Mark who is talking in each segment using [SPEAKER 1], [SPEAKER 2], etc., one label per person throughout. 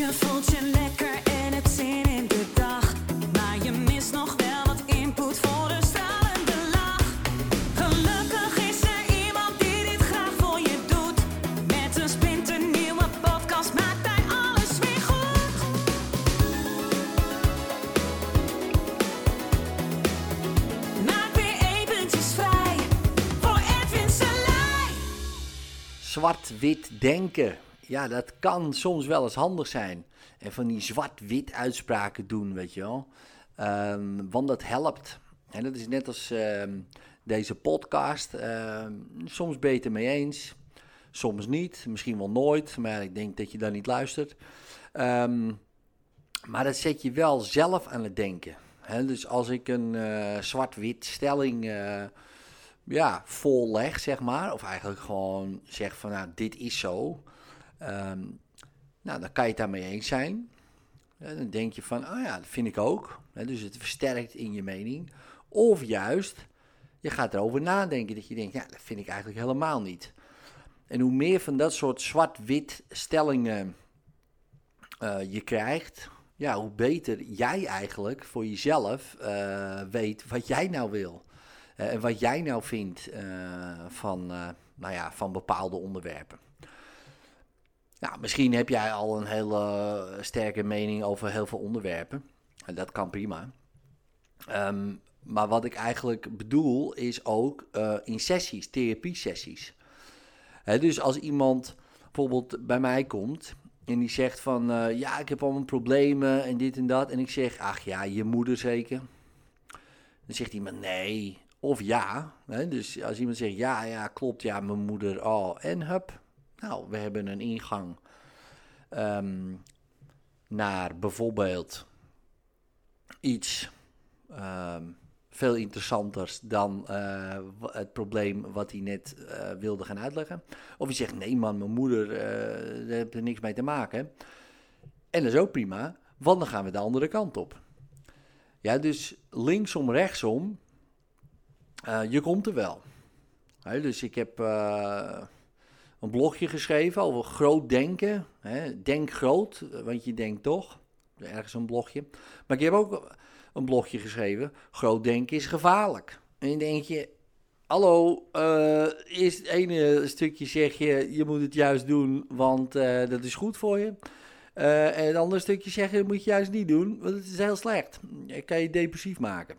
[SPEAKER 1] Je voelt je lekker en hebt zin in de dag. Maar je mist nog wel wat input voor een stralende lach. Gelukkig is er iemand die dit graag voor je doet. Met een splinternieuwe podcast maakt hij alles weer goed. Maak weer eventjes vrij voor Edwin Selij.
[SPEAKER 2] Zwart-wit denken. Ja, dat kan soms wel eens handig zijn. En van die zwart-wit uitspraken doen, weet je wel. Want dat helpt. En dat is net als deze podcast. Soms ben je het ermee eens. Soms niet. Misschien wel nooit. Maar ik denk dat je dan niet luistert. Maar dat zet je wel zelf aan het denken. Dus als ik een zwart-wit stelling volleg, zeg maar. Of eigenlijk gewoon zeg van, nou, dit is zo. Dan kan je het daarmee eens zijn. Dan denk je van, oh ja, dat vind ik ook. Dus het versterkt in je mening. Of juist, je gaat erover nadenken. Dat je denkt, ja, dat vind ik eigenlijk helemaal niet. En hoe meer van dat soort zwart-wit stellingen je krijgt, ja, hoe beter jij eigenlijk voor jezelf weet wat jij nou wil. En wat jij nou vindt van bepaalde onderwerpen. Nou, misschien heb jij al een hele sterke mening over heel veel onderwerpen. En dat kan prima. Maar wat ik eigenlijk bedoel is ook in sessies, therapie-sessies. Dus als iemand bijvoorbeeld bij mij komt en die zegt van, ik heb allemaal problemen en dit en dat. En ik zeg, ach ja, je moeder zeker. Dan zegt iemand nee of ja. Dus als iemand zegt, ja, klopt, ja, mijn moeder, en hup. Nou, we hebben een ingang naar bijvoorbeeld iets veel interessanters dan het probleem wat hij net wilde gaan uitleggen. Of je zegt, nee man, mijn moeder, daar heeft er niks mee te maken. En dat is ook prima, want dan gaan we de andere kant op. Ja, dus linksom, rechtsom, je komt er wel. Dus ik heb een blogje geschreven over groot denken. Denk groot, want je denkt toch. Ergens een blogje. Maar ik heb ook een blogje geschreven. Groot denken is gevaarlijk. En dan denk je, hallo, eerst het ene stukje zeg je, je moet het juist doen, want dat is goed voor je. En het andere stukje zeg je, dat moet je juist niet doen, want het is heel slecht. Dat kan je depressief maken.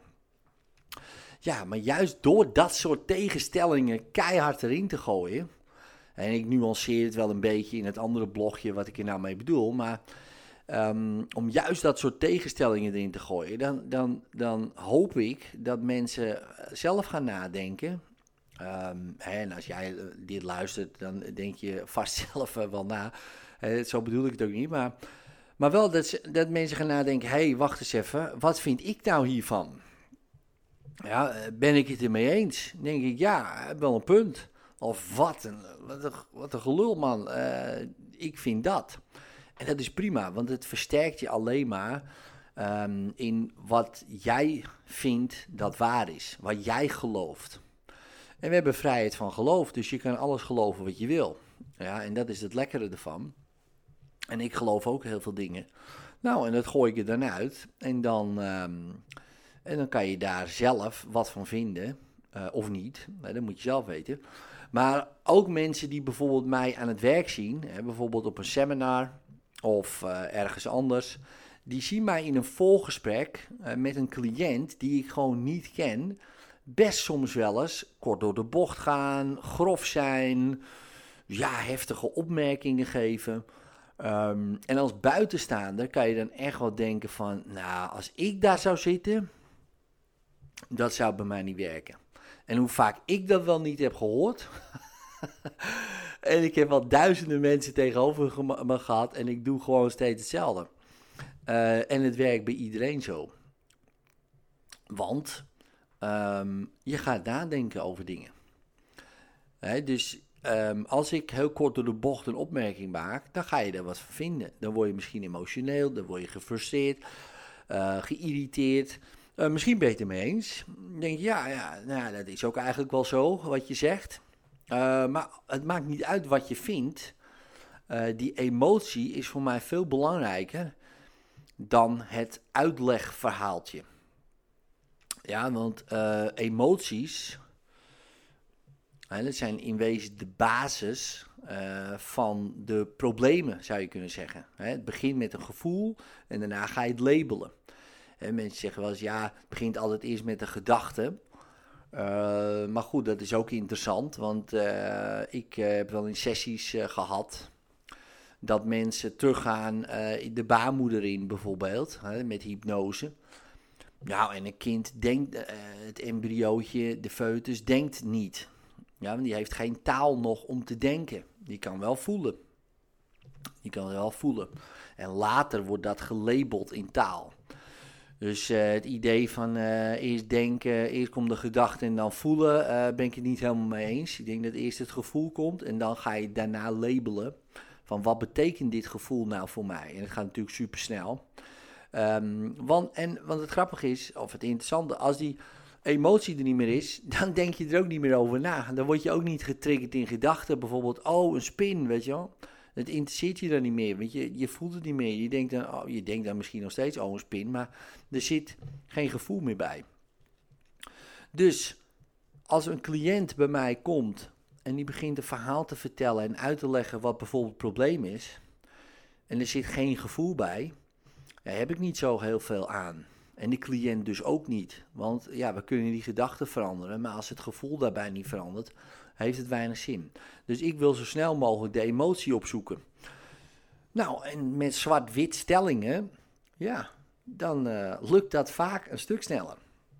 [SPEAKER 2] Ja, maar juist door dat soort tegenstellingen keihard erin te gooien. En ik nuanceer het wel een beetje in het andere blogje wat ik er nou mee bedoel. Maar om juist dat soort tegenstellingen erin te gooien, dan hoop ik dat mensen zelf gaan nadenken. En als jij dit luistert, dan denk je vast zelf wel na. Zo bedoel ik het ook niet. Maar wel dat mensen gaan nadenken, hé, wacht eens even, wat vind ik nou hiervan? Ja, ben ik het ermee eens? Denk ik, ja, wel een punt. Of wat een gelul, man. Ik vind dat. En dat is prima, want het versterkt je alleen maar in wat jij vindt dat waar is. Wat jij gelooft. En we hebben vrijheid van geloof, dus je kan alles geloven wat je wil. Ja, en dat is het lekkere ervan. En ik geloof ook heel veel dingen. Nou, en dat gooi ik er dan uit. En dan kan je daar zelf wat van vinden, of niet. Dat moet je zelf weten. Maar ook mensen die bijvoorbeeld mij aan het werk zien, bijvoorbeeld op een seminar of ergens anders, die zien mij in een voorgesprek met een cliënt die ik gewoon niet ken, best soms wel eens kort door de bocht gaan, grof zijn, ja, heftige opmerkingen geven. En als buitenstaander kan je dan echt wel denken van, nou, als ik daar zou zitten, dat zou bij mij niet werken. En hoe vaak ik dat wel niet heb gehoord. En ik heb wel duizenden mensen tegenover me gehad. En ik doe gewoon steeds hetzelfde. En het werkt bij iedereen zo. Want je gaat nadenken over dingen. Dus als ik heel kort door de bocht een opmerking maak, dan ga je er wat van vinden. Dan word je misschien emotioneel, dan word je gefrustreerd, geïrriteerd. Misschien ben je het ermee eens. Dan denk je, ja, dat is ook eigenlijk wel zo wat je zegt. Maar het maakt niet uit wat je vindt. Die emotie is voor mij veel belangrijker dan het uitlegverhaaltje. Ja, want emoties, dat zijn in wezen de basis van de problemen, zou je kunnen zeggen. Het begint met een gevoel en daarna ga je het labelen. Mensen zeggen wel eens, ja, het begint altijd eerst met een gedachte. Maar goed, dat is ook interessant, want ik heb wel in sessies gehad dat mensen teruggaan de baarmoeder in bijvoorbeeld, met hypnose. Nou, en een kind denkt, het embryootje, de foetus, denkt niet. Ja, want die heeft geen taal nog om te denken. Die kan wel voelen. En later wordt dat gelabeld in taal. Dus het idee van eerst denken, eerst komt de gedachte en dan voelen, ben ik het niet helemaal mee eens. Ik denk dat eerst het gevoel komt en dan ga je daarna labelen van wat betekent dit gevoel nou voor mij. En dat gaat natuurlijk super snel. Want het grappige is, of het interessante, als die emotie er niet meer is, dan denk je er ook niet meer over na. Dan word je ook niet getriggerd in gedachten, bijvoorbeeld, oh, een spin, weet je wel. Het interesseert je dan niet meer, weet je voelt het niet meer. Je denkt dan misschien nog steeds, oh, een spin, maar er zit geen gevoel meer bij. Dus, als een cliënt bij mij komt en die begint een verhaal te vertellen en uit te leggen wat bijvoorbeeld het probleem is, en er zit geen gevoel bij, daar heb ik niet zo heel veel aan. En die cliënt dus ook niet. Want ja, we kunnen die gedachten veranderen, maar als het gevoel daarbij niet verandert, heeft het weinig zin. Dus ik wil zo snel mogelijk de emotie opzoeken. Nou, en met zwart-wit stellingen, ja, dan lukt dat vaak een stuk sneller.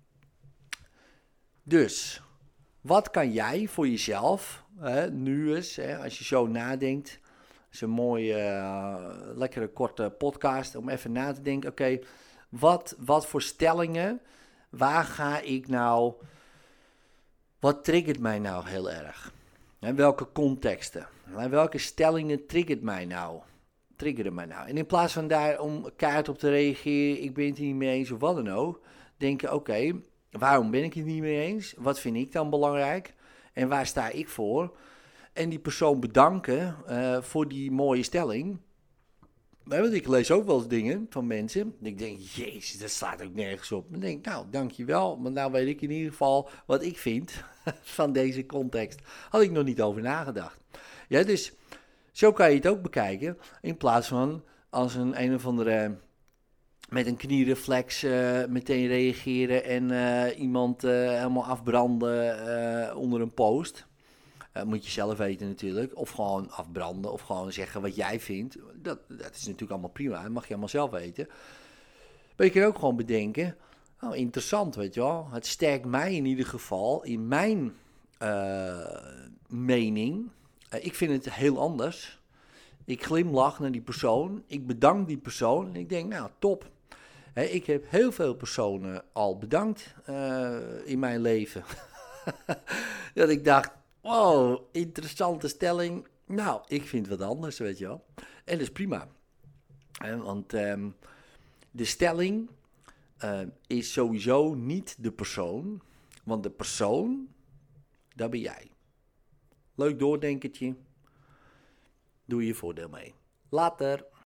[SPEAKER 2] Dus, wat kan jij voor jezelf, nu eens, als je zo nadenkt, het is een mooie, lekkere korte podcast om even na te denken, oké, wat voor stellingen, waar ga ik nou, wat triggert mij nou heel erg? En welke contexten? En welke stellingen triggeren mij nou? En in plaats van daar om keihard op te reageren, ik ben het hier niet mee eens of wat dan ook, denken, oké, waarom ben ik het niet mee eens? Wat vind ik dan belangrijk? En waar sta ik voor? En die persoon bedanken voor die mooie stelling. Want ik lees ook wel eens dingen van mensen. Ik denk, jezus, dat slaat ook nergens op. Dan denk ik, nou, dankjewel. Want nou weet ik in ieder geval wat ik vind van deze context. Had ik nog niet over nagedacht. Ja, dus zo kan je het ook bekijken. In plaats van als een of andere met een kniereflex meteen reageren en iemand helemaal afbranden onder een post. Moet je zelf weten natuurlijk. Of gewoon afbranden. Of gewoon zeggen wat jij vindt. Dat is natuurlijk allemaal prima. Dat mag je allemaal zelf weten. Maar je kan ook gewoon bedenken. Oh, interessant, weet je wel. Het sterkt mij in ieder geval in mijn mening. Ik vind het heel anders. Ik glimlach naar die persoon. Ik bedank die persoon. En ik denk, nou, top. Ik heb heel veel personen al bedankt in mijn leven. Dat ik dacht, wow, interessante stelling. Nou, ik vind wat anders, weet je wel. En dat is prima. Want de stelling is sowieso niet de persoon. Want de persoon, dat ben jij. Leuk doordenkertje. Doe je voordeel mee. Later.